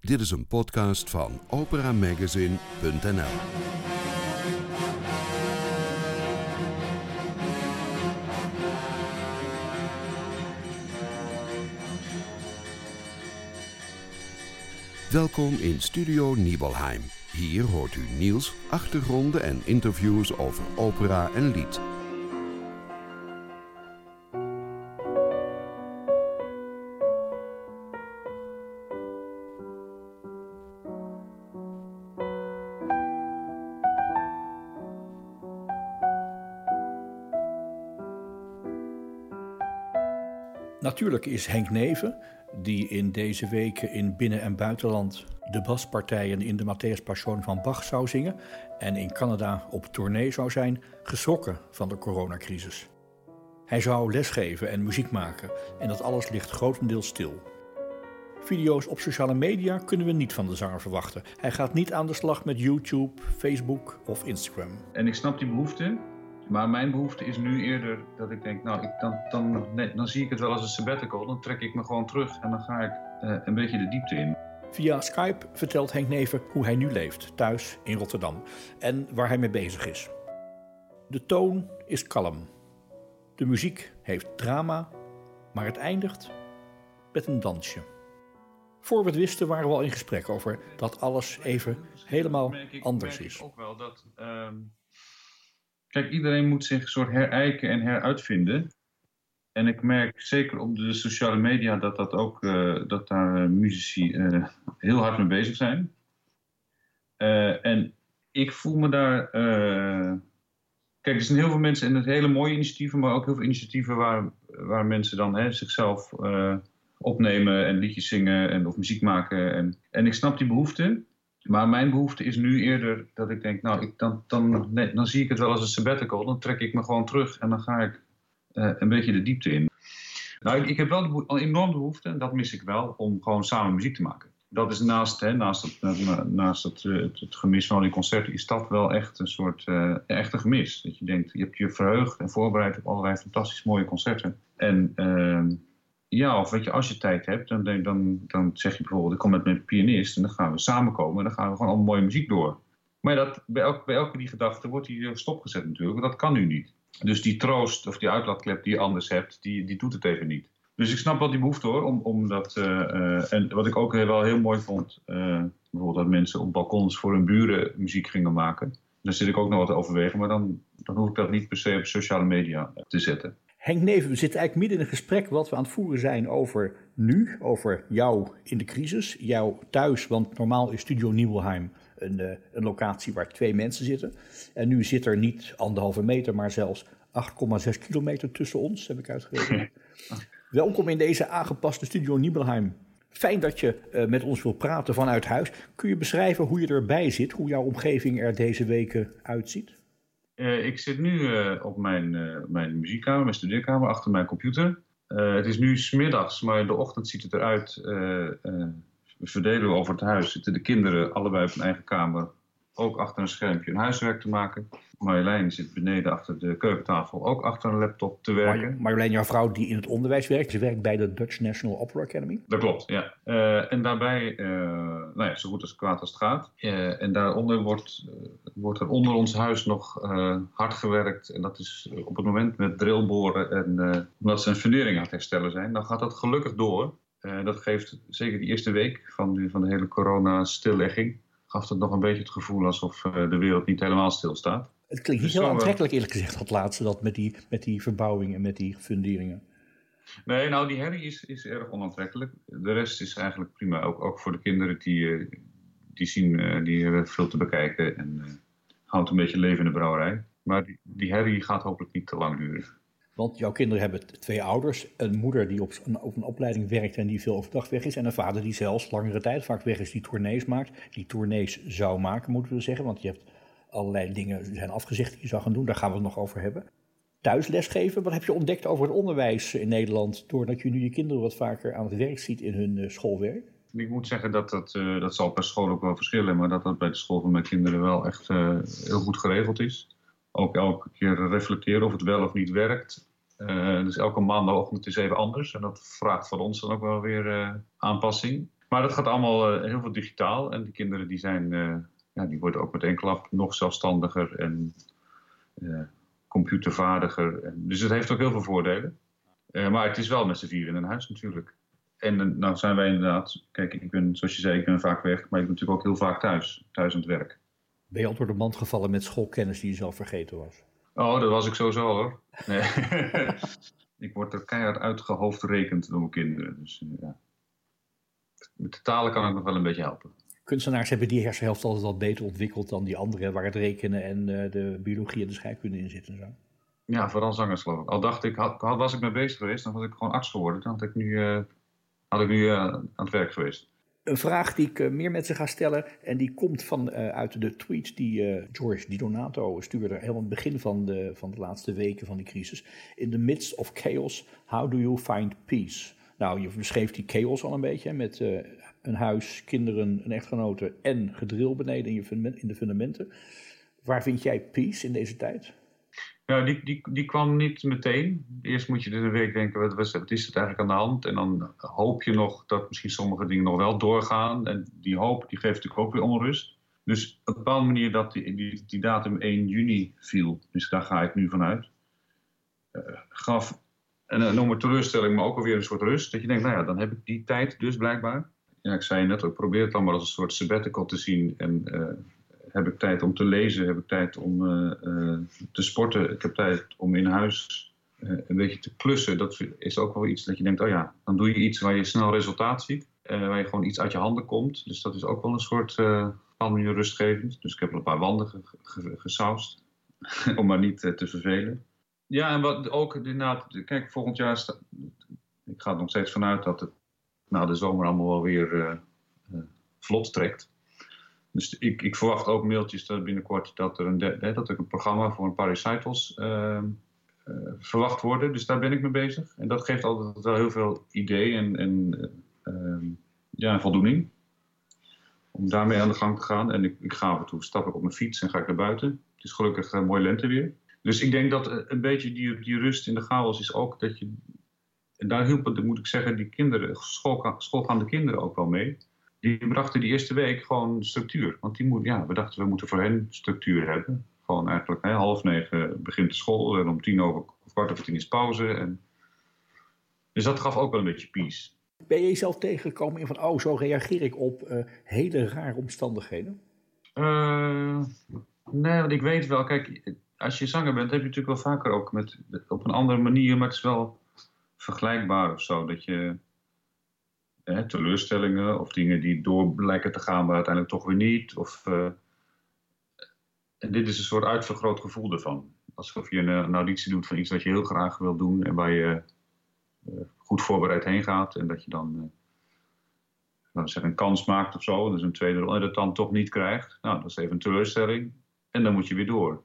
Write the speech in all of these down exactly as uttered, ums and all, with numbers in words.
Dit is een podcast van opera magazine punt n l. Welkom in Studio Nibelheim. Hier hoort u nieuws, achtergronden en interviews over opera en lied. Natuurlijk is Henk Neven, die in deze weken in binnen- en buitenland de baspartijen in de Matthäus Passion van Bach zou zingen en in Canada op tournee zou zijn, geschrokken van de coronacrisis. Hij zou lesgeven en muziek maken en dat alles ligt grotendeels stil. Video's op sociale media kunnen we niet van de zanger verwachten. Hij gaat niet aan de slag met YouTube, Facebook of Instagram. En ik snap die behoefte. Maar mijn behoefte is nu eerder dat ik denk, nou, ik, dan, dan, nee, dan zie ik het wel als een sabbatical. Dan trek ik me gewoon terug en dan ga ik uh, een beetje de diepte in. Via Skype vertelt Henk Neven hoe hij nu leeft, thuis in Rotterdam. En waar hij mee bezig is. De toon is kalm. De muziek heeft drama, maar het eindigt met een dansje. Voor we het wisten waren we al in gesprek over dat alles even helemaal merk ik, anders merk is. Ik ook wel dat... Uh... Kijk, iedereen moet zich een soort herijken en heruitvinden. En ik merk zeker op de sociale media dat, dat, ook, uh, dat daar uh, muzici uh, heel hard mee bezig zijn. Uh, en ik voel me daar... Uh... Kijk, er zijn heel veel mensen en het hele mooie initiatieven, maar ook heel veel initiatieven waar, waar mensen dan hè, zichzelf uh, opnemen en liedjes zingen en, of muziek maken. En, en ik snap die behoefte. Maar mijn behoefte is nu eerder dat ik denk, nou, ik, dan, dan, nee, dan zie ik het wel als een sabbatical. Dan trek ik me gewoon terug en dan ga ik uh, een beetje de diepte in. Nou, ik, ik heb wel de beho- een enorme behoefte, en dat mis ik wel, om gewoon samen muziek te maken. Dat is naast, hè, naast, het, na, naast het, het, het gemis van die concerten, is dat wel echt een soort, uh, echt een gemis. Dat je denkt, je hebt je verheugd en voorbereid op allerlei fantastisch mooie concerten. En... Uh, Ja, of weet je, als je tijd hebt, dan, dan, dan zeg je bijvoorbeeld, ik kom met mijn pianist en dan gaan we samenkomen en dan gaan we gewoon allemaal mooie muziek door. Maar dat, bij, elke, bij elke die gedachte wordt die stopgezet natuurlijk, want dat kan nu niet. Dus die troost of die uitlaatklep die je anders hebt, die, die doet het even niet. Dus ik snap wel die behoefte hoor, om, om dat, uh, uh, en wat ik ook wel heel mooi vond, uh, bijvoorbeeld dat mensen op balkons voor hun buren muziek gingen maken. Daar zit ik ook nog wat te overwegen, maar dan, dan hoef ik dat niet per se op sociale media te zetten. Henk Neven, we zitten eigenlijk midden in een gesprek wat we aan het voeren zijn over nu, over jou in de crisis, jou thuis, want normaal is Studio Nibelheim een, uh, een locatie waar twee mensen zitten. En nu zit er niet anderhalve meter, maar zelfs acht komma zes kilometer tussen ons, heb ik uitgerekend. Welkom in deze aangepaste Studio Nibelheim. Fijn dat je uh, met ons wil praten vanuit huis. Kun je beschrijven hoe je erbij zit, hoe jouw omgeving er deze weken uitziet? Uh, ik zit nu uh, op mijn, uh, mijn muziekkamer, mijn studeerkamer, achter mijn computer. Uh, het is nu 's middags, maar in de ochtend ziet het eruit. Uh, uh, we verdelen we over het huis. Zitten de kinderen allebei op hun eigen kamer, ook achter een schermpje, hun huiswerk te maken. Marjolein zit beneden achter de keukentafel, ook achter een laptop te werken. Mar- Marjolein, jouw vrouw die in het onderwijs werkt, ze werkt bij de Dutch National Opera Academy. Dat klopt, ja. Uh, en daarbij, uh, nou ja, zo goed als kwaad als het gaat. Uh, en daaronder wordt, uh, wordt er onder ons huis nog uh, hard gewerkt. En dat is op het moment met drillboren en uh, omdat ze een fundering aan het herstellen zijn. Dan gaat dat gelukkig door. Uh, dat geeft zeker die eerste week van, die, van de hele corona-stillegging, gaf het nog een beetje het gevoel alsof uh, de wereld niet helemaal stilstaat. Het klinkt niet dus heel zo, aantrekkelijk eerlijk gezegd, dat laatste, dat met die, met die verbouwing en met die funderingen. Nee, nou die herrie is, is erg onaantrekkelijk. De rest is eigenlijk prima. Ook, ook voor de kinderen die, die zien, uh, die hebben veel te bekijken en uh, houdt een beetje leven in de brouwerij. Maar die, die herrie gaat hopelijk niet te lang duren. Want jouw kinderen hebben twee ouders, een moeder die op een, op een opleiding werkt en die veel overdag weg is, en een vader die zelfs langere tijd vaak weg is, die tournees maakt. Die tournees zou maken, moeten we zeggen, want je hebt allerlei dingen zijn afgezegd die je zou gaan doen, daar gaan we het nog over hebben. Thuis lesgeven, wat heb je ontdekt over het onderwijs in Nederland, doordat je nu je kinderen wat vaker aan het werk ziet in hun uh, schoolwerk? Ik moet zeggen dat dat, uh, dat zal per school ook wel verschillen, maar dat dat bij de school van mijn kinderen wel echt uh, heel goed geregeld is. Ook elke keer reflecteren of het wel of niet werkt. Uh, dus elke maandagochtend is even anders en dat vraagt van ons dan ook wel weer uh, aanpassing. Maar Maar dat gaat allemaal uh, heel veel digitaal. En de kinderen die zijn, uh, ja, die worden ook met één klap nog zelfstandiger en uh, computervaardiger. En, dus het heeft ook heel veel voordelen. Uh, maar het is wel met z'n vier in een huis natuurlijk. En uh, nou zijn wij inderdaad, kijk, ik ben, zoals je zei, ik ben vaak weg, maar ik ben natuurlijk ook heel vaak thuis, thuis aan het werk. Ben je al door de mand gevallen met schoolkennis die je zelf vergeten was? Oh, dat was ik sowieso hoor. Nee. Ik word er keihard uitgehoofdrekend door mijn kinderen. Dus uh, ja. Met de talen kan ik nog wel een beetje helpen. Kunstenaars hebben die hersenhelft altijd wat beter ontwikkeld dan die anderen, waar het rekenen en uh, de biologie en de scheikunde in zitten. Zo. Ja, vooral zangers geloof ik. Al dacht ik, had, was ik mee bezig geweest, dan was ik gewoon arts geworden. Dan had ik nu, uh, had ik nu uh, aan het werk geweest. Een vraag die ik uh, meer mensen ga stellen en die komt van, uh, uit de tweet die uh, George Di Donato stuurde helemaal aan het begin van de, van de laatste weken van die crisis. In the midst of chaos, how do you find peace? Nou, je beschreef die chaos al een beetje met uh, een huis, kinderen, een echtgenote en gedrill beneden in, je fundament, in de fundamenten. Waar vind jij peace in deze tijd? Ja, die, die, die kwam niet meteen. Eerst moet je dus een week denken, wat, wat is er eigenlijk aan de hand? En dan hoop je nog dat misschien sommige dingen nog wel doorgaan. En die hoop die geeft natuurlijk ook weer onrust. Dus op een bepaalde manier dat die, die, die datum één juni viel, dus daar ga ik nu vanuit, uh, gaf een enorme teleurstelling, maar ook alweer een soort rust. Dat je denkt, nou ja, dan heb ik die tijd dus blijkbaar. Ja, ik zei net, ik probeer het dan maar als een soort sabbatical te zien. En uh, heb ik tijd om te lezen, heb ik tijd om uh, uh, te sporten. Ik heb tijd om in huis uh, een beetje te klussen. Dat is ook wel iets dat je denkt, oh ja, dan doe je iets waar je snel resultaat ziet. Uh, waar je gewoon iets uit je handen komt. Dus dat is ook wel een soort uh, bepaalde manier rustgevend. Dus ik heb er een paar wanden ge- ge- gesausd. Om maar niet uh, te vervelen. Ja, en wat ook inderdaad, kijk, volgend jaar, sta, ik ga er nog steeds vanuit dat het na de zomer allemaal wel weer uh, uh, vlot trekt. Dus ik, ik verwacht ook mailtjes dat binnenkort dat er een, de, dat er een programma voor een paar recitals uh, uh, verwacht worden. Dus daar ben ik mee bezig. En dat geeft altijd wel heel veel idee en, en uh, ja, voldoening. Om daarmee aan de gang te gaan. En ik, ik ga af en toe, stap ik op mijn fiets en ga ik naar buiten. Het is gelukkig uh, mooi lenteweer. Dus ik denk dat uh, een beetje die, die rust in de chaos is ook dat je... En daar hielpen, moet ik zeggen, die kinderen, school, schoolgaande kinderen ook wel mee. Die brachten die eerste week gewoon structuur. Want die moet, ja, we dachten, we moeten voor hen structuur hebben. Gewoon eigenlijk, hè, half negen begint de school en om tien over, of kwart over tien is pauze. En... Dus dat gaf ook wel een beetje peace. Ben je jezelf tegengekomen in van, oh, zo reageer ik op uh, hele rare omstandigheden? Uh, nee, want ik weet wel, kijk, als je zanger bent, heb je natuurlijk wel vaker ook met, op een andere manier, maar het is wel vergelijkbaar of zo, dat je hè, teleurstellingen of dingen die door lijken te gaan, maar uiteindelijk toch weer niet. Of, uh, en dit is een soort uitvergroot gevoel ervan. Alsof je een, een auditie doet van iets wat je heel graag wil doen en waar je uh, goed voorbereid heen gaat en dat je dan uh, laten we zeggen, een kans maakt of zo, dus een tweede rol en dat dan toch niet krijgt. Nou, dat is even een teleurstelling en dan moet je weer door.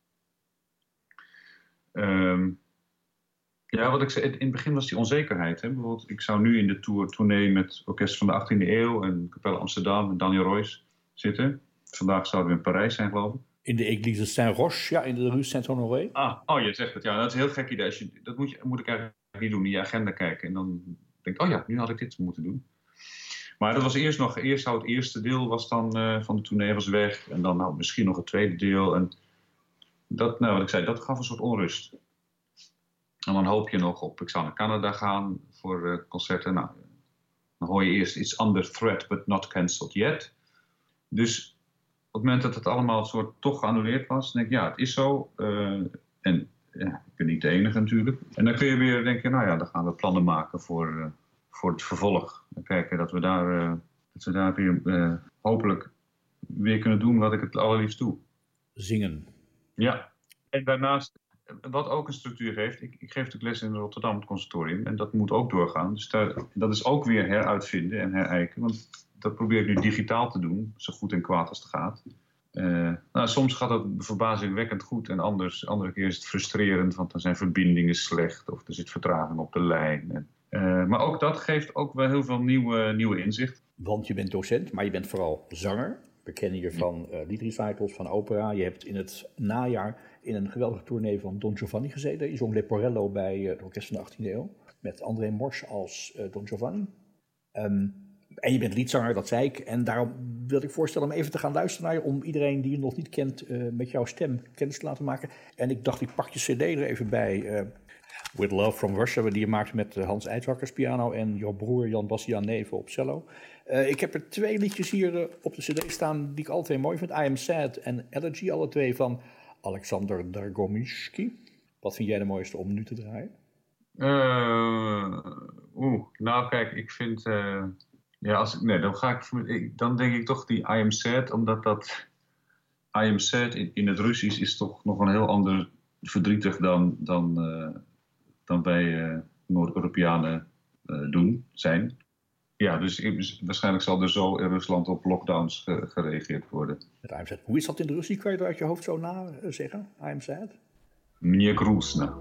Um, Ja, wat ik zei, in het begin was die onzekerheid. Hè? Bijvoorbeeld, ik zou nu in de tour, tournee met Orkest van de achttiende eeuw en Capelle Amsterdam en Daniel Royce zitten. Vandaag zouden we in Parijs zijn, geloof ik. In de Église Saint-Roch, ja, in de Rue Saint-Honoré. Ah, oh, je zegt het. Ja, dat is een heel gek idee. Als je, dat moet, je, moet ik eigenlijk niet doen, in je agenda kijken. En dan denk ik, oh ja, nu had ik dit moeten doen. Maar dat was eerst nog, eerst zou het eerste deel was dan, uh, van de tournee was weg. En dan nou, misschien nog het tweede deel. En dat, nou, wat ik zei, dat gaf een soort onrust. En dan hoop je nog op, ik zou naar Canada gaan voor uh, concerten. Nou, dan hoor je eerst, it's under threat but not cancelled yet. Dus op het moment dat het allemaal soort toch geannuleerd was, denk ik, ja, het is zo. Uh, en ja, ik ben niet de enige natuurlijk. En dan kun je weer denken, nou ja, dan gaan we plannen maken voor, uh, voor het vervolg. En kijken dat we daar, uh, dat we daar weer uh, hopelijk weer kunnen doen wat ik het allerliefst doe. Zingen. Ja, en daarnaast... Wat ook een structuur geeft, ik, ik geef natuurlijk les in Rotterdam, het conservatorium, en dat moet ook doorgaan. Dus daar, dat is ook weer heruitvinden en herijken, want dat probeer ik nu digitaal te doen, zo goed en kwaad als het gaat. Uh, nou, soms gaat dat verbazingwekkend goed en anders, andere keer is het frustrerend, want dan zijn verbindingen slecht of er zit vertraging op de lijn. En, uh, maar ook dat geeft ook wel heel veel nieuwe, nieuwe inzicht. Want je bent docent, maar je bent vooral zanger. We kennen je van uh, liedrecitals, van opera. Je hebt in het najaar in een geweldige tournee van Don Giovanni gezeten. Je zong Leporello bij uh, het Orkest van de achttiende eeuw. Met André Mors als uh, Don Giovanni. Um, En je bent liedzanger, dat zei ik. En daarom wil ik voorstellen om even te gaan luisteren naar je, om iedereen die je nog niet kent uh, met jouw stem kennis te laten maken. En ik dacht, ik pak je cd er even bij. Uh, With Love from Russia, die je maakt met Hans IJzakkers piano en jouw broer Jan Bastiaan Neven op cello. Uh, ik heb er twee liedjes hier uh, op de cd staan die ik alle twee mooi vind. I Am Sad en Elegy, alle twee van Alexander Dragomyski. Wat vind jij de mooiste om nu te draaien? Uh, Oeh, nou kijk, ik vind... Uh, ja, als ik, nee, dan, ga ik, ik, dan denk ik toch die I Am Sad, omdat dat... I Am Sad in, in het Russisch is toch nog een heel ander verdrietig dan, dan, uh, dan wij uh, Noord-Europeanen uh, doen, zijn. Ja, dus ik, waarschijnlijk zal er zo in Rusland op lockdowns ge, gereageerd worden. Met I Am Sad. Hoe is dat in de Russisch? Kan je dat uit je hoofd zo na uh, zeggen? I Am Sad? Мне грустно.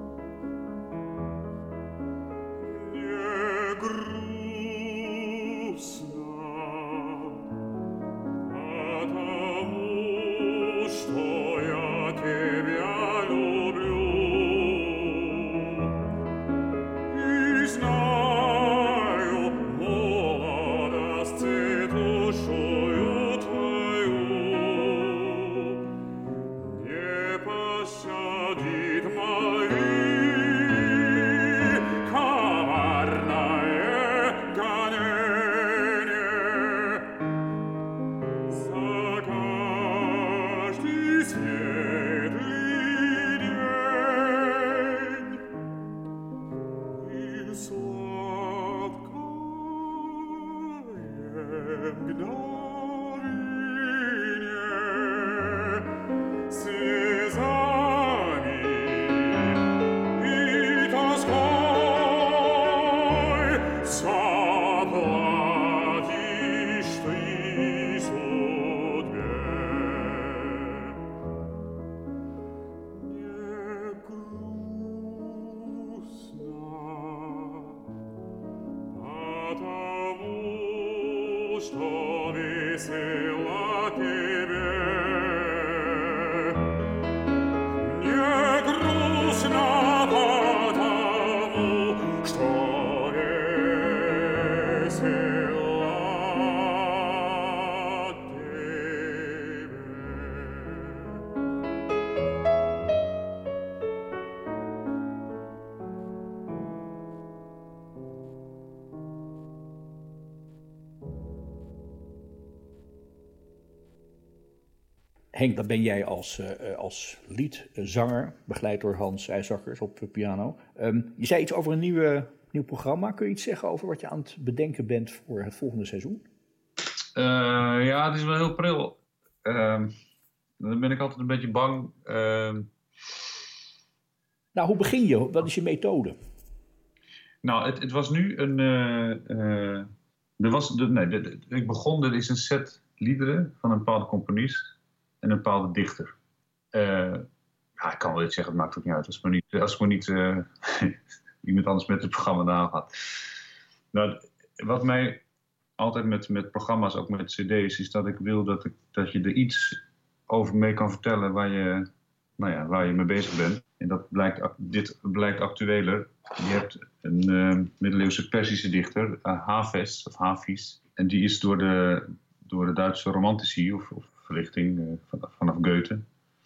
Henk, dat ben jij als, uh, als liedzanger, begeleid door Hans IJzakkers op piano. Um, je zei iets over een nieuwe, nieuw programma. Kun je iets zeggen over wat je aan het bedenken bent voor het volgende seizoen? Uh, ja, het is wel heel pril. Uh, dan ben ik altijd een beetje bang. Uh... Nou, hoe begin je? Wat is je methode? Nou, het, het was nu een... Uh, uh, er was, de, nee, de, de, ik begon, er is een set liederen van een bepaalde componist en een bepaalde dichter. Uh, ja, ik kan wel iets zeggen, het maakt ook niet uit. Als ik maar niet, als ik maar niet uh, iemand anders met het programma nagaat. Nou, wat mij altijd met, met programma's, ook met cd's, is dat ik wil dat, ik, dat je er iets over mee kan vertellen waar je, nou ja, waar je mee bezig bent. En dat blijkt, dit blijkt actueler. Je hebt een uh, middeleeuwse Perzische dichter, uh, Hafez, of Hafiz. En die is door de, door de Duitse romantici, of, of verlichting, uh, van, vanaf Goethe.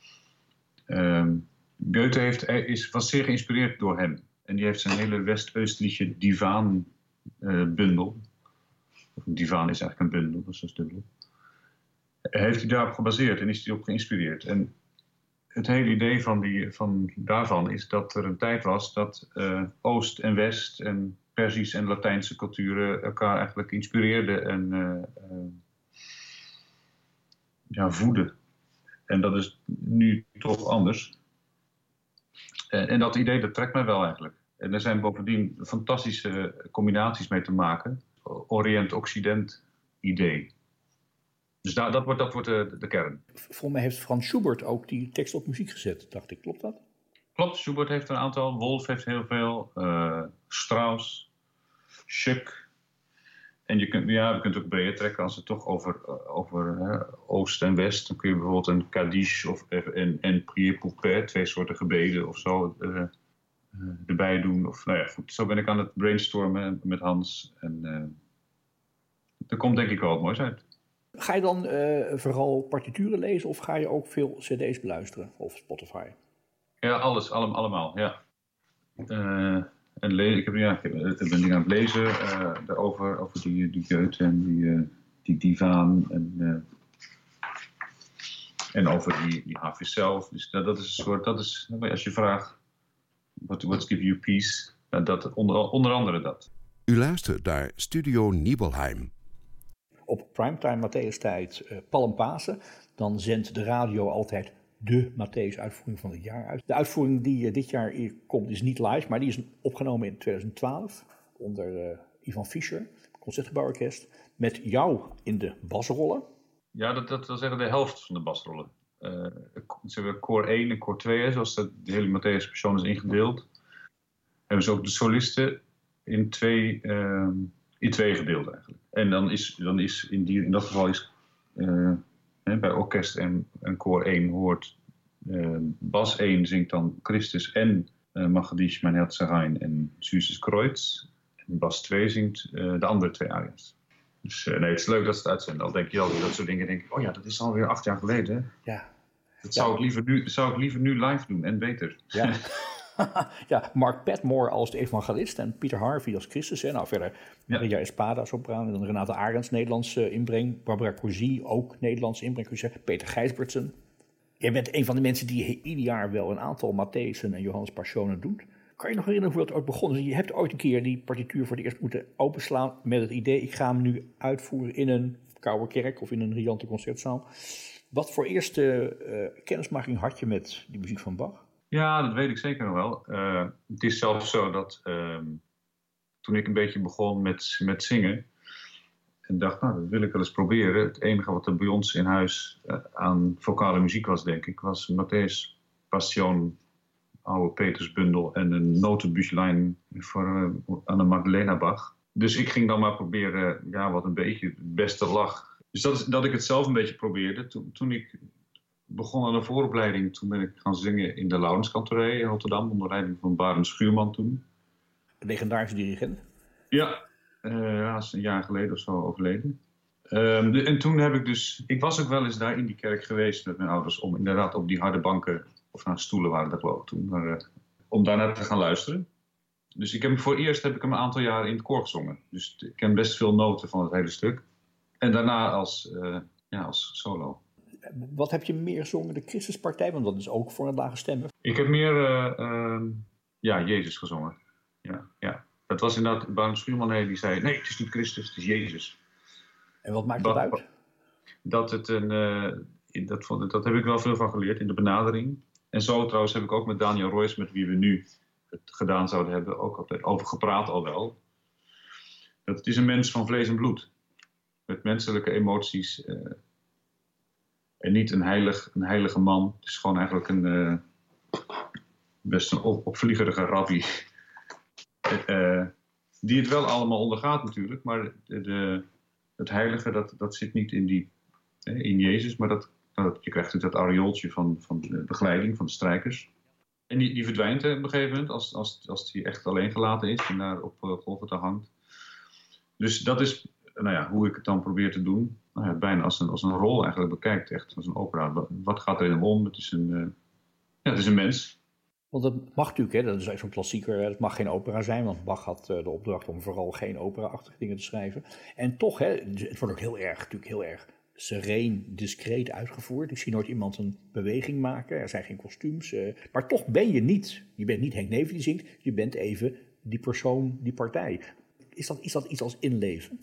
Uh, Goethe heeft, is, was zeer geïnspireerd door hem. En die heeft zijn hele West-Östliche Divan-bundel. Uh, of een divan is eigenlijk een bundel, dus dat is dubbel. Heeft hij daarop gebaseerd en is hij op geïnspireerd. En het hele idee van die, van daarvan is dat er een tijd was dat uh, Oost en West en Perzisch en Latijnse culturen elkaar eigenlijk inspireerden en uh, uh, ja, voeden. En dat is nu toch anders. Uh, en dat idee, dat trekt mij wel eigenlijk. En er zijn bovendien fantastische combinaties mee te maken. Orient-Occident idee. Dus daar, dat wordt, dat wordt de, de kern. Volgens mij heeft Frans Schubert ook die tekst op muziek gezet, dacht ik. Klopt dat? Klopt, Schubert heeft een aantal. Wolf heeft heel veel. Uh, Strauss. Schuck. En je kunt, ja, je kunt ook breder trekken als het toch over, uh, over uh, Oost en West. Dan kun je bijvoorbeeld een Kaddish of een, een Prière pour Paix, twee soorten gebeden of zo, uh, uh, erbij doen. Of, nou ja, goed, zo ben ik aan het brainstormen met Hans. En, uh, er komt denk ik wel wat moois uit. Ga je dan uh, vooral partituren lezen of ga je ook veel cd's beluisteren of Spotify? Ja, alles, allem, allemaal, ja. Uh, en le- ik, heb, ja, ik, heb, ik ben dingen aan het lezen uh, daarover, over die, die Goethe en die, uh, die Divan en, uh, en over die, die Hafiz zelf. Dus dat, dat is een soort, dat is, als je vraagt, what, what gives you peace? Uh, dat, onder, onder andere dat. U luistert naar Studio Nibelheim. Op primetime Matthäus-tijd, uh, Palmpasen, dan zendt de radio altijd de Matthäus-uitvoering van het jaar uit. De uitvoering die uh, dit jaar hier komt is niet live, maar die is opgenomen in twintig twaalf onder uh, Ivan Fischer, Concertgebouworkest, met jou in de basrollen. Ja, dat, dat wil zeggen de helft van de basrollen. Uh, ze hebben koor één en koor twee, zoals de, de hele Matthäus-persoon is ingedeeld. Hebben ze ook de solisten in twee, uh, in twee gedeeld eigenlijk. En dan is, dan is in, die, in dat geval is uh, hè, bij orkest en, en koor één hoort uh, bas één zingt dan Christus en uh, Magadish, Mein Herz Rein en Süßes Kreuz. En bas twee zingt uh, de andere twee aria's. Dus uh, nee, het is leuk dat ze het uitzenden. Al denk je al dat soort dingen, denk ik, oh ja, dat is alweer acht jaar geleden. Ja. Dat ja. zou, ik liever nu, zou ik liever nu live doen en beter. Ja. Ja, Mark Padmore als de evangelist en Peter Harvey als Christus. Hè. Nou, verder Maria ja. Espada, sopraan. En dan Renate Arends, Nederlands uh, inbreng. Barbara Cousy, ook Nederlands inbreng. Peter Gijsbertsen. Jij bent een van de mensen die ieder jaar wel een aantal Matthäusen en Johannes Passionen doet. Kan je nog herinneren hoe dat ooit begon? Dus je hebt ooit een keer die partituur voor het eerst moeten openslaan met het idee, ik ga hem nu uitvoeren in een koude kerk of in een riante concertzaal. Wat voor eerste uh, kennismaking had je met die muziek van Bach? Ja, dat weet ik zeker nog wel. Uh, het is zelfs zo dat uh, toen ik een beetje begon met, met zingen en dacht, nou, dat wil ik wel eens proberen. Het enige wat er bij ons in huis uh, aan vocale muziek was, denk ik, was Matthäus Passion, oude Petersbundel en een notenbüchlein voor uh, Anne Magdalena Bach. Dus ik ging dan maar proberen, ja, wat een beetje het beste lag. Dus dat, is, dat ik het zelf een beetje probeerde. Toen, toen ik begon aan de vooropleiding, toen ben ik gaan zingen in de Laurenskantorij in Rotterdam, onder leiding van Barend Schuurman toen. Een legendarische dirigent? Ja, uh, ja, is een jaar geleden of zo overleden. Um, de, en toen heb ik dus, ik was ook wel eens daar in die kerk geweest met mijn ouders, om inderdaad op die harde banken, of nou stoelen waren dat geloof ik toen, maar, uh, om daarnaar te gaan luisteren. Dus ik heb, voor eerst heb ik hem een aantal jaren in het koor gezongen. Dus ik ken best veel noten van het hele stuk. En daarna als, uh, ja, als solo. Wat heb je meer gezongen? De Christuspartij, want dat is ook voor een lage stem. Ik heb meer, uh, uh, ja, Jezus gezongen. Ja, ja. Dat was inderdaad, Barend Schuurman die zei, nee, het is niet Christus, het is Jezus. En wat maakt dat dat uit? Dat, het een, uh, dat, dat heb ik wel veel van geleerd in de benadering. En zo trouwens heb ik ook met Daniel Royce, met wie we nu het gedaan zouden hebben, ook altijd over gepraat al wel. Dat het is een mens van vlees en bloed. Met menselijke emoties. Uh, en niet een, heilig, een heilige man. Het is gewoon eigenlijk een uh, best een op, opvliegerige rabbi. uh, die het wel allemaal ondergaat natuurlijk. Maar de, de, het heilige, dat, dat zit niet in, die, uh, in Jezus. Maar dat, dat, je krijgt dat aureooltje van, van de begeleiding van de strijkers. En die, die verdwijnt op een gegeven moment als, als, als die echt alleen gelaten is en daar op uh, Golgotha hangt. Dus dat is nou ja, hoe ik het dan probeer te doen. Nou ja, bijna als een, als een rol eigenlijk bekijkt, echt als een opera. Wat, wat gaat er in hem om? Het is een, uh, ja, het is een mens. Want dat mag natuurlijk, hè, dat is zo'n klassieker, het mag geen opera zijn, want Bach had uh, de opdracht om vooral geen opera-achtige dingen te schrijven. En toch, hè, het wordt ook heel erg, natuurlijk heel erg sereen, discreet uitgevoerd. Ik zie nooit iemand een beweging maken, er zijn geen kostuums. Uh, maar toch ben je niet, je bent niet Henk Neven die zingt, je bent even die persoon, die partij. Is dat, is dat iets als inleven?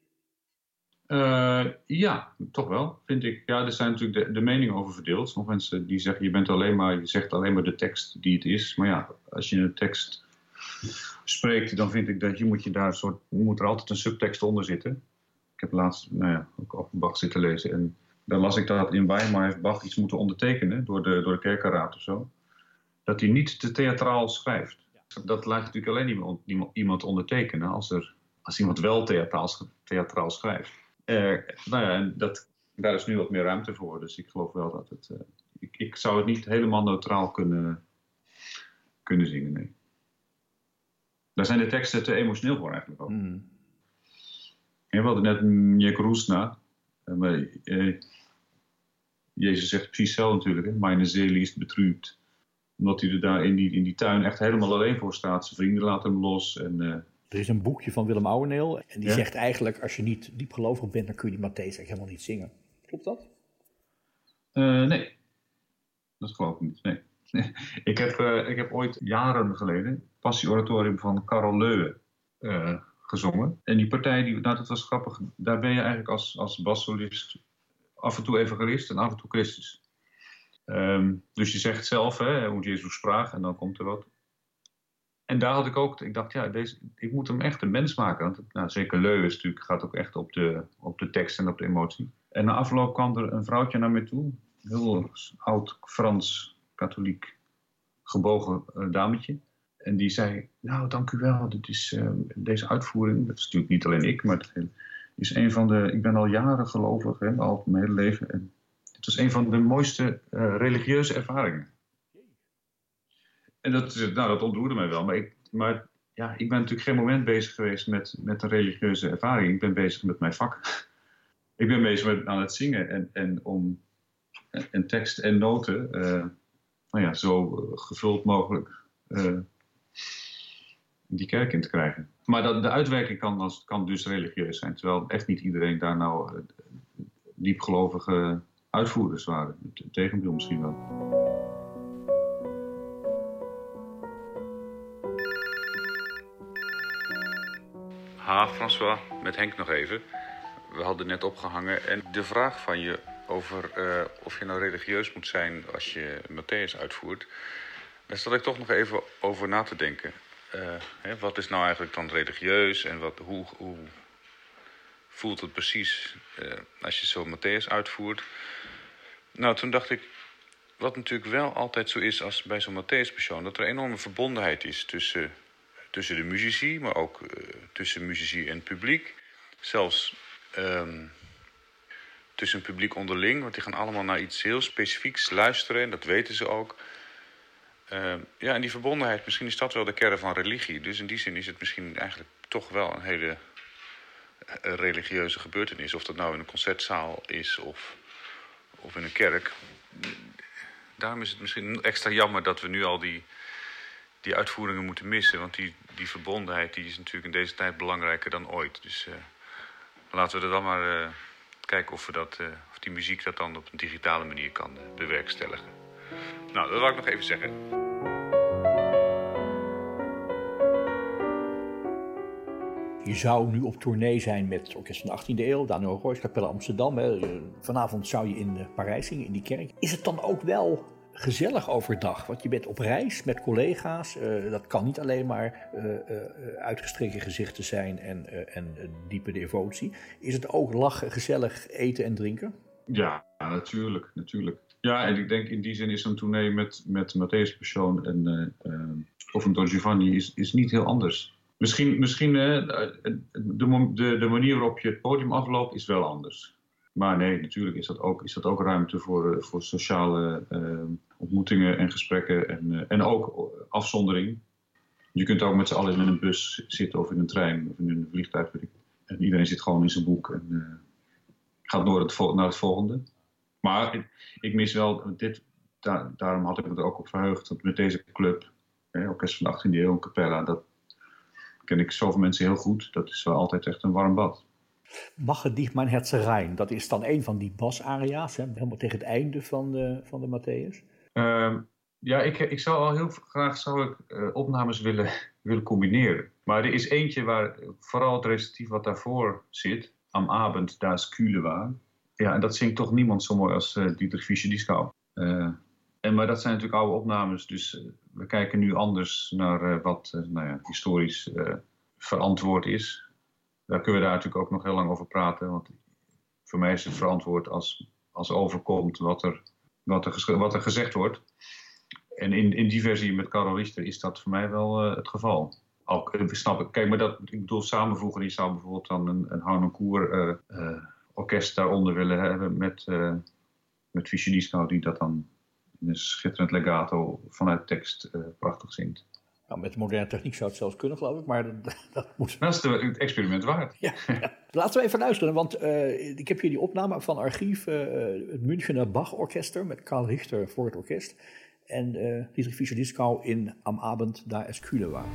Uh, ja, toch wel, vind ik. Ja, er zijn natuurlijk de, de meningen over verdeeld. Sommige mensen die zeggen, je bent alleen maar, je zegt alleen maar de tekst die het is. Maar ja, als je een tekst spreekt, dan vind ik dat je moet je daar een soort, moet er altijd een subtekst onder zitten. Ik heb laatst, nou ja, ook over Bach zitten lezen en dan las ik dat in Weimar heeft Bach iets moeten ondertekenen door de, door de kerkenraad of zo. Dat hij niet te theatraal schrijft. Dat laat je natuurlijk alleen iemand, iemand ondertekenen als, er, als iemand wel theatraal, theatraal schrijft. Uh, nou ja, en dat, daar is nu wat meer ruimte voor, dus ik geloof wel dat het... Uh, ik, ik zou het niet helemaal neutraal kunnen, kunnen zingen, nee. Daar zijn de teksten te emotioneel voor eigenlijk ook. Mm. we hadden net Mnie Grusna. Uh, uh, Jezus zegt precies zelf natuurlijk. Hè? Meine Seele ist betrübt. Omdat hij er daar in die, in die tuin echt helemaal alleen voor staat. Zijn vrienden laten hem los. En, uh... Er is een boekje van Willem Ouweneel. En die ja? zegt eigenlijk, als je niet diepgelovig bent, dan kun je die Matthäus eigenlijk helemaal niet zingen. Klopt dat? Uh, nee. Dat geloof ik niet, nee. ik, heb, uh, ik heb ooit jaren geleden het Passie-oratorium van Karel Leuwe uh, gezongen. En die partij, die, nou dat was grappig, daar ben je eigenlijk als, als bassolist af en toe evangelist en af en toe Christus. Um, dus je zegt zelf, hè, hoe Jezus sprak en dan komt er wat. En daar had ik ook, ik dacht, ja, deze, ik moet hem echt een mens maken. Want nou, zeker Leuwe is natuurlijk, gaat ook echt op de, op de tekst en op de emotie. En na afloop kwam er een vrouwtje naar mij toe. Heel oud Frans, katholiek, gebogen uh, dametje. En die zei, nou dank u wel, dit is, uh, deze uitvoering, dat is natuurlijk niet alleen ik, maar het is een van de, ik ben al jaren gelovig, hè, al mijn hele leven. En het was een van de mooiste uh, religieuze ervaringen. En dat, nou, dat ontroerde mij wel, maar, ik, maar ja, ik ben natuurlijk geen moment bezig geweest met, met een religieuze ervaring. Ik ben bezig met mijn vak. Ik ben bezig met aan het zingen en, en om en tekst en noten uh, nou ja, zo gevuld mogelijk uh, die kerk in te krijgen. Maar dat, de uitwerking kan, kan dus religieus zijn, terwijl echt niet iedereen daar nou uh, diepgelovige uitvoerders waren. Het tegendeel misschien wel. Ha, François, met Henk nog even. We hadden net opgehangen en de vraag van je over uh, of je nou religieus moet zijn als je Matthäus uitvoert. Daar zat ik toch nog even over na te denken. Uh, hè, wat is nou eigenlijk dan religieus en wat, hoe, hoe voelt het precies uh, als je zo Matthäus uitvoert? Nou, toen dacht ik, wat natuurlijk wel altijd zo is als bij zo'n Matthäus-persoon, dat er een enorme verbondenheid is tussen, tussen de muzici, maar ook uh, tussen muzici en het publiek. Zelfs um, tussen het publiek onderling, want die gaan allemaal naar iets heel specifieks luisteren en dat weten ze ook. Uh, ja, en die verbondenheid, misschien is dat wel de kern van religie. Dus in die zin is het misschien eigenlijk toch wel een hele uh, religieuze gebeurtenis. Of dat nou in een concertzaal is of, of in een kerk. Daarom is het misschien extra jammer dat we nu al die, die uitvoeringen moeten missen. Want die, die verbondenheid die is natuurlijk in deze tijd belangrijker dan ooit. Dus uh, laten we er dan maar uh, kijken of, we dat, uh, of die muziek dat dan op een digitale manier kan uh, bewerkstelligen. Nou, dat wil ik nog even zeggen. Je zou nu op tournee zijn met het Orkest van de achttiende eeuw, Daniel Roys, Capelle Amsterdam. Hè. Vanavond zou je in Parijs zingen, in die kerk. Is het dan ook wel gezellig overdag? Want je bent op reis met collega's. Uh, dat kan niet alleen maar uh, uh, uitgestreken gezichten zijn en, uh, en uh, diepe devotie. Is het ook lachen, gezellig eten en drinken? Ja, natuurlijk, natuurlijk. Ja, en ik denk in die zin is een tournee met, met Matthäus Persoon en, uh, uh, of een Don Giovanni is, is niet heel anders. Misschien, misschien uh, de, de, de manier waarop je het podium afloopt is wel anders. Maar nee, natuurlijk is dat ook, is dat ook ruimte voor, voor sociale uh, ontmoetingen en gesprekken en, uh, en ook afzondering. Je kunt ook met z'n allen in een bus zitten of in een trein of in een vliegtuig. En iedereen zit gewoon in zijn boek en uh, gaat door het, naar het volgende. Maar ik, ik mis wel, dit, da, daarom had ik me er ook op verheugd, dat met deze club, hè, Orkest van de achttiende eeuw, Capella, dat ken ik zoveel mensen heel goed. Dat is wel altijd echt een warm bad. Mache dich mein Herz rein, dat is dan een van die basaria's, hè, helemaal tegen het einde van de, van de Matthäus. Uh, ja, ik, ik zou al heel graag zou ik, uh, opnames willen, willen combineren. Maar er is eentje waar vooral het recitatief wat daarvoor zit, Am Abend das Kühle war. Ja, en dat zingt toch niemand zo mooi als uh, Dietrich Fischer-Dieskau. Uh, en maar dat zijn natuurlijk oude opnames, dus uh, we kijken nu anders naar uh, wat uh, nou ja, historisch uh, verantwoord is. Daar kunnen we daar natuurlijk ook nog heel lang over praten, want voor mij is het verantwoord als, als overkomt wat er, wat, er ges- wat er gezegd wordt. En in, in die versie met Karel Richter is dat voor mij wel uh, het geval. Ook, uh, snap ik, kijk, maar dat, ik bedoel samenvoegen, die zou bijvoorbeeld dan een, een Harnoncourt uh, uh, orkest daaronder willen hebben met, uh, met Fischer-Dieskau, die dat dan in een schitterend legato vanuit tekst uh, prachtig zingt. Nou, met moderne techniek zou het zelfs kunnen, geloof ik, maar dat, dat moet... Dat is de, het experiment waard. Ja, ja. Laten we even luisteren, want uh, ik heb hier die opname van archief, uh, het Münchener Bach-orkester met Karl Richter voor het orkest en uh, Dietrich Fischer-Dieskau in Am Abend, da es kühle war.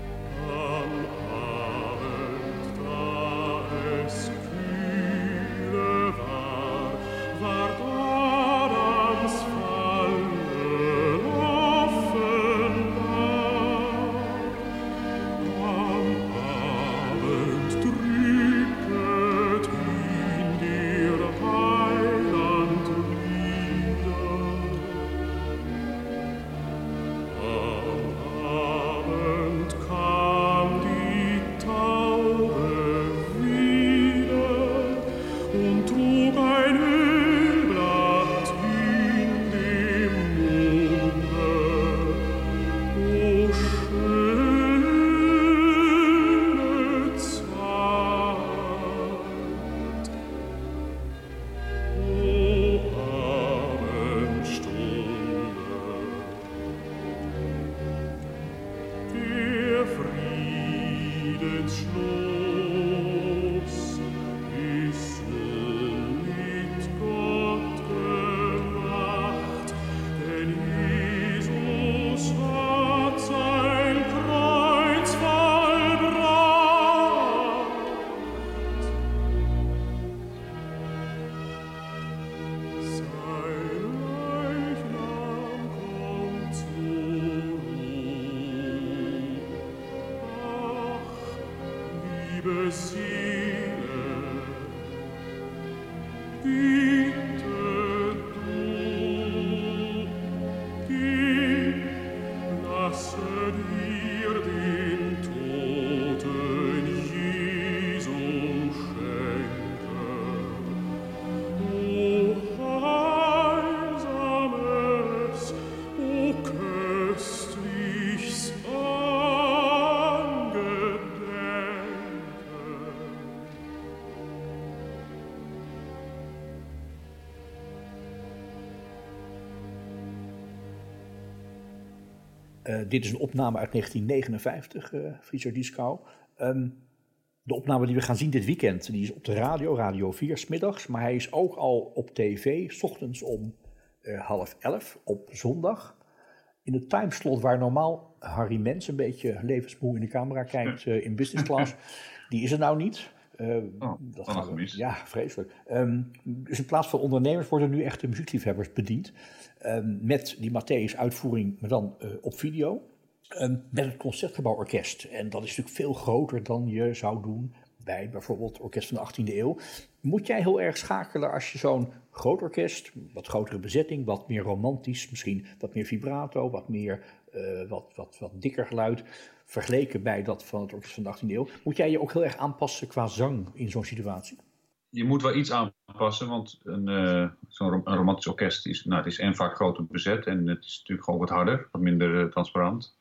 Uh, dit is een opname uit negentien negenenvijftig, uh, Fischer-Dieskau. Um, de opname die we gaan zien dit weekend, die is op de radio, Radio vier, 's middags. Maar hij is ook al op tv, 's ochtends om uh, half elf, op zondag. In het timeslot waar normaal Harry Mens een beetje levensmoe in de camera kijkt uh, in business class. Die is er nou niet. Uh, oh, dat gaan we, ja, vreselijk. Um, dus in plaats van ondernemers worden nu echt de muziekliefhebbers bediend. Um, met die Matthäus-uitvoering, maar dan uh, op video. Um, met het Concertgebouworkest. En dat is natuurlijk veel groter dan je zou doen bij bijvoorbeeld het Orkest van de achttiende eeuw. Moet jij heel erg schakelen als je zo'n groot orkest, wat grotere bezetting, wat meer romantisch, misschien wat meer vibrato, wat meer, uh, wat, wat, wat dikker geluid, vergeleken bij dat van het Orkest van de achttiende eeuw. Moet jij je ook heel erg aanpassen qua zang in zo'n situatie? Je moet wel iets aanpassen, want een, uh, zo'n een romantisch orkest is, nou, het is en vaak groter bezet en het is natuurlijk gewoon wat harder, wat minder uh, transparant.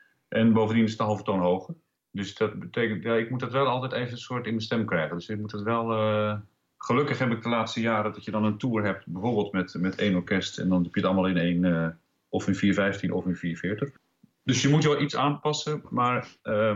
En bovendien is het de halve toon hoger. Dus dat betekent, ja, ik moet dat wel altijd even een soort in mijn stem krijgen. Dus ik moet het wel, uh, gelukkig heb ik de laatste jaren dat je dan een tour hebt, bijvoorbeeld met, met één orkest en dan heb je het allemaal in één, uh, of in vier vijftien of in vier veertig. Dus je moet wel iets aanpassen, maar uh,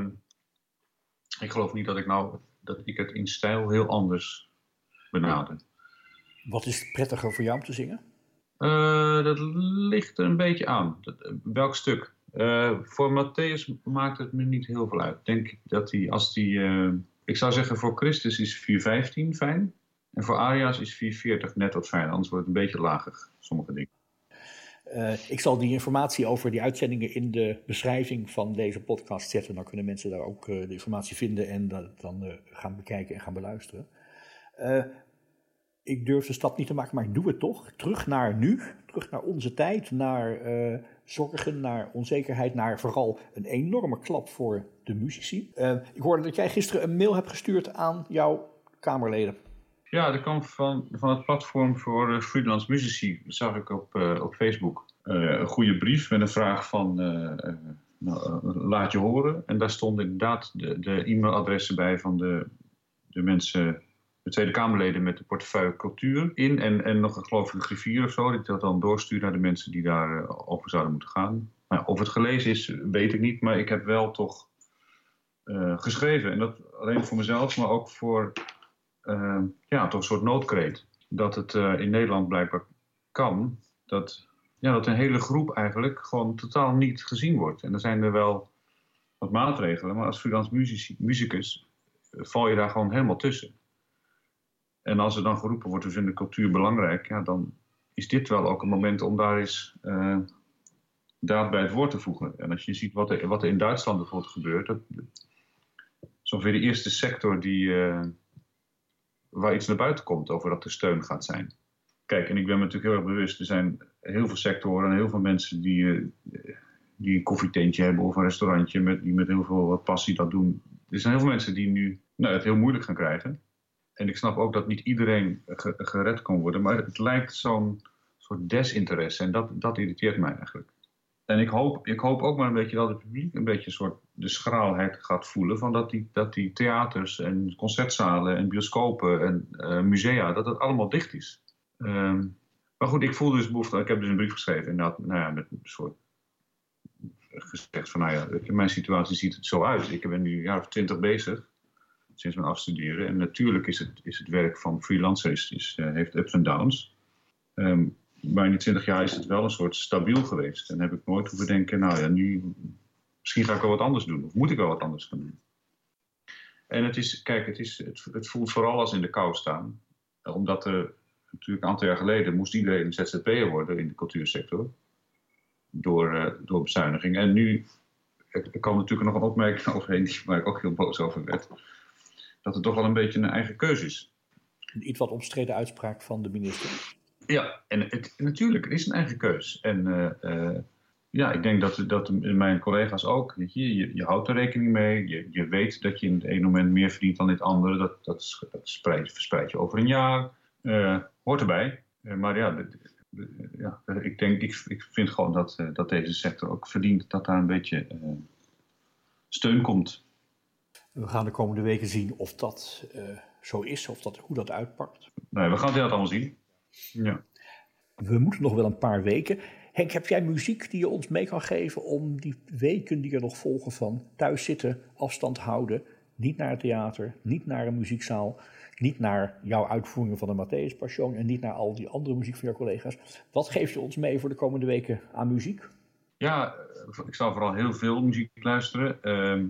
ik geloof niet dat ik nou, dat ik het in stijl heel anders benader. Wat is prettiger voor jou om te zingen? Uh, dat ligt er een beetje aan. Dat, welk stuk? Uh, voor Matthäus maakt het me niet heel veel uit. Denk ik dat hij, als die, uh, ik zou zeggen voor Christus is vier vijftien fijn. En voor Arias is vier veertig net wat fijn. Anders wordt het een beetje lager, sommige dingen. Uh, ik zal die informatie over die uitzendingen in de beschrijving van deze podcast zetten. Dan kunnen mensen daar ook uh, de informatie vinden en dat dan uh, gaan bekijken en gaan beluisteren. Uh, ik durf de stap niet te maken, maar ik doe het toch. Terug naar nu, terug naar onze tijd, naar uh, zorgen, naar onzekerheid, naar vooral een enorme klap voor de muzici. Uh, ik hoorde dat jij gisteren een mail hebt gestuurd aan jouw Kamerleden. Ja, dat kwam van, van het platform voor uh, freelance muzici, dat zag ik op, uh, op Facebook. Uh, een goede brief met een vraag van uh, uh, nou, uh, laat je horen. En daar stonden inderdaad de, de e-mailadressen bij van de, de mensen, de Tweede Kamerleden met de portefeuille cultuur in. En, en nog een geloof ik een griffier of zo, die dat dan doorstuurt naar de mensen die daar uh, over zouden moeten gaan. Nou, of het gelezen is, weet ik niet, maar ik heb wel toch uh, geschreven. En dat alleen voor mezelf, maar ook voor uh, ja, toch een soort noodkreet. Dat het uh, in Nederland blijkbaar kan, dat, ja, dat een hele groep eigenlijk gewoon totaal niet gezien wordt. En er zijn er wel wat maatregelen, maar als freelance muzici, muzikus uh, val je daar gewoon helemaal tussen. En als er dan geroepen wordt, dus in de cultuur belangrijk, ja, dan is dit wel ook een moment om daar eens uh, daad bij het woord te voegen. En als je ziet wat er, wat er in Duitsland bijvoorbeeld gebeurt, dat is ongeveer de eerste sector die, uh, waar iets naar buiten komt over dat er steun gaat zijn. Kijk, en ik ben me natuurlijk heel erg bewust, er zijn heel veel sectoren en heel veel mensen die, uh, die een koffietentje hebben of een restaurantje met, die met heel veel passie dat doen. Er zijn heel veel mensen die nu nou, het heel moeilijk gaan krijgen. En ik snap ook dat niet iedereen gered kan worden, maar het lijkt zo'n soort desinteresse en dat, dat irriteert mij eigenlijk. En ik hoop, ik hoop ook maar een beetje dat het publiek een beetje een soort de schraalheid gaat voelen van dat die, dat die theaters en concertzalen en bioscopen en uh, musea, dat het allemaal dicht is. Um, maar goed, ik voel dus behoefte, ik heb dus een brief geschreven en dat, nou ja, met een soort gezegd van nou ja, in mijn situatie ziet het zo uit. Ik ben nu een jaar of twintig bezig. Sinds mijn afstuderen. En natuurlijk is het, is het werk van freelancers is, uh, heeft ups en downs. Um, maar in die twintig jaar is het wel een soort stabiel geweest. En heb ik nooit hoeven denken, nou ja, nu misschien ga ik wel wat anders doen. Of moet ik wel wat anders gaan doen. En het is, kijk, het, is, het, het voelt vooral als in de kou staan. Omdat er natuurlijk een aantal jaar geleden moest iedereen Z Z P'er worden in de cultuursector. Door, uh, door bezuiniging. En nu, er, er kwam natuurlijk nog een opmerking overheen waar ik ook heel boos over werd. Dat het toch wel een beetje een eigen keuze is. Een iets wat omstreden uitspraak van de minister. Ja, en het, natuurlijk, het is een eigen keus. En uh, uh, ja, ik denk dat, dat mijn collega's ook, weet je, je, je houdt er rekening mee. Je, je weet dat je in het ene moment meer verdient dan in het andere. Dat, dat, dat spreid, verspreid je over een jaar. Uh, hoort erbij. Uh, maar ja, de, de, ja ik, denk, ik, ik vind gewoon dat, uh, dat deze sector ook verdient dat daar een beetje uh, steun komt. We gaan de komende weken zien of dat uh, zo is, of dat, hoe dat uitpakt. Nee, we gaan het allemaal zien. Ja. We moeten nog wel een paar weken. Henk, heb jij muziek die je ons mee kan geven om die weken die er nog volgen van thuis zitten, afstand houden, niet naar het theater, niet naar een muziekzaal, niet naar jouw uitvoeringen van de Matthäus Passion en niet naar al die andere muziek van jouw collega's. Wat geef je ons mee voor de komende weken aan muziek? Ja, ik zal vooral heel veel muziek luisteren. Uh,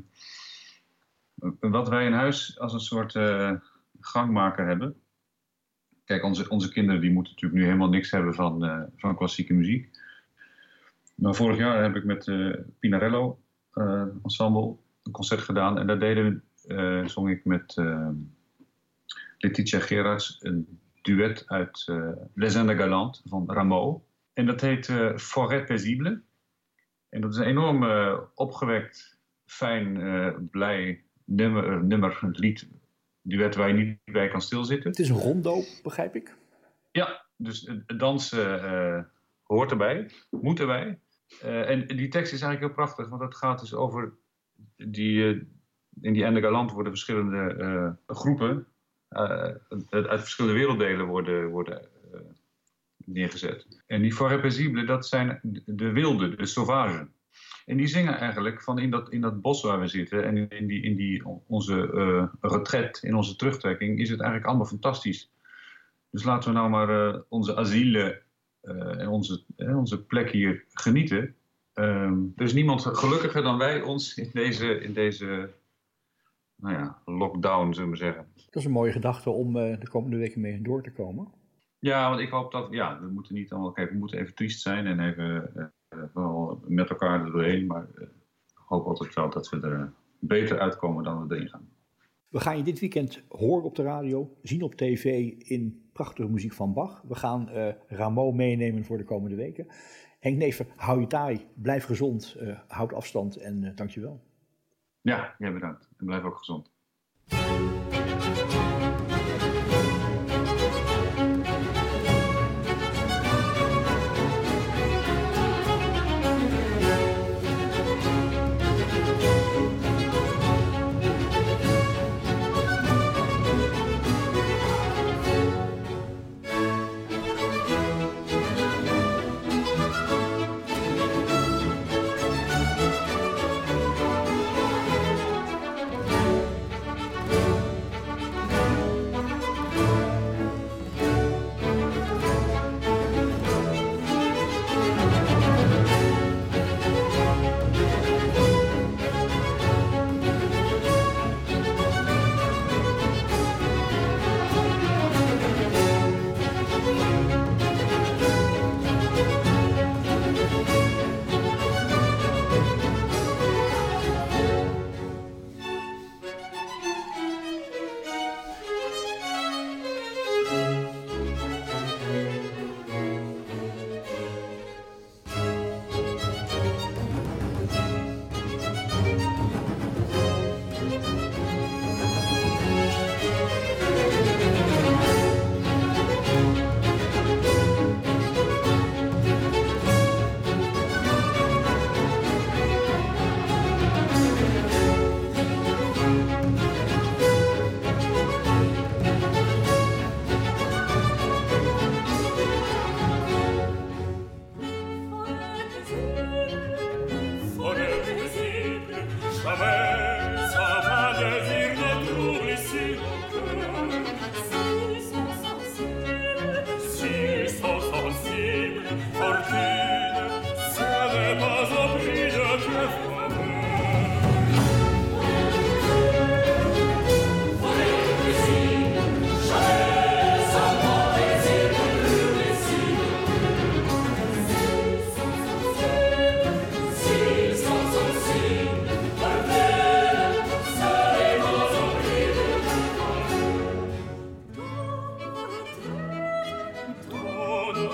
Wat wij in huis als een soort uh, gangmaker hebben. Kijk, onze, onze kinderen die moeten natuurlijk nu helemaal niks hebben van, uh, van klassieke muziek. Maar vorig jaar heb ik met uh, Pinarello uh, Ensemble een concert gedaan. En daar deden we, uh, zong ik met uh, Letitia Gerards een duet uit uh, Les Indes Galantes van Rameau. En dat heet uh, Forêt Paisible. En dat is een enorm uh, opgewekt, fijn, uh, blij nummer, nummer, het lied, duet waar je niet bij kan stilzitten. Het is een rondo, begrijp ik. Ja, dus het dansen uh, hoort erbij, moet erbij. Uh, en die tekst is eigenlijk heel prachtig, want het gaat dus over die, uh, in die Indes Galantes worden verschillende uh, groepen uh, uit verschillende werelddelen worden, worden uh, neergezet. En die Forêt Paisible, dat zijn de wilde, de sauvagen. En die zingen eigenlijk van in dat, in dat bos waar we zitten en in, die, in die, onze uh, retret, in onze terugtrekking, is het eigenlijk allemaal fantastisch. Dus laten we nou maar uh, onze asielen uh, en onze, uh, onze plek hier genieten. Um, er is niemand gelukkiger dan wij ons in deze, in deze nou ja, lockdown, zullen we zeggen. Dat is een mooie gedachte om uh, de komende weken mee door te komen. Ja, want ik hoop dat, ja, we moeten niet allemaal, kijk, we moeten even triest zijn en even uh, wel met elkaar er doorheen, maar uh, ik hoop altijd wel dat we er beter uitkomen dan we erin gaan. We gaan je dit weekend horen op de radio, zien op tv in prachtige muziek van Bach. We gaan uh, Rameau meenemen voor de komende weken. Henk Neever, hou je taai, blijf gezond, uh, houd afstand en uh, dank je wel. Ja, jij bedankt en blijf ook gezond.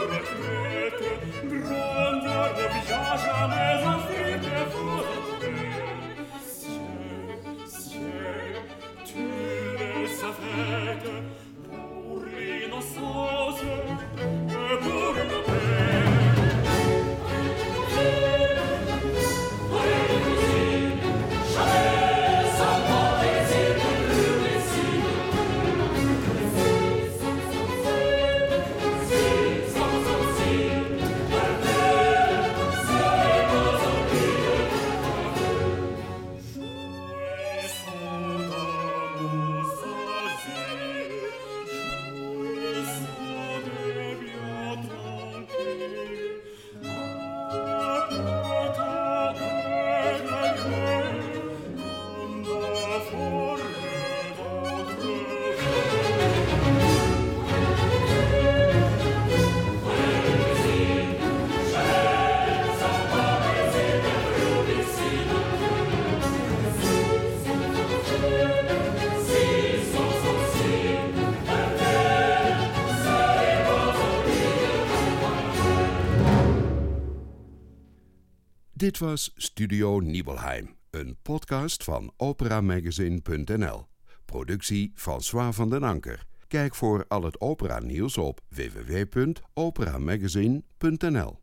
Dit was Studio Nibelheim, een podcast van operamagazine punt n l. Productie François van den Anker. Kijk voor al het opera-nieuws op w w w punt operamagazine punt n l.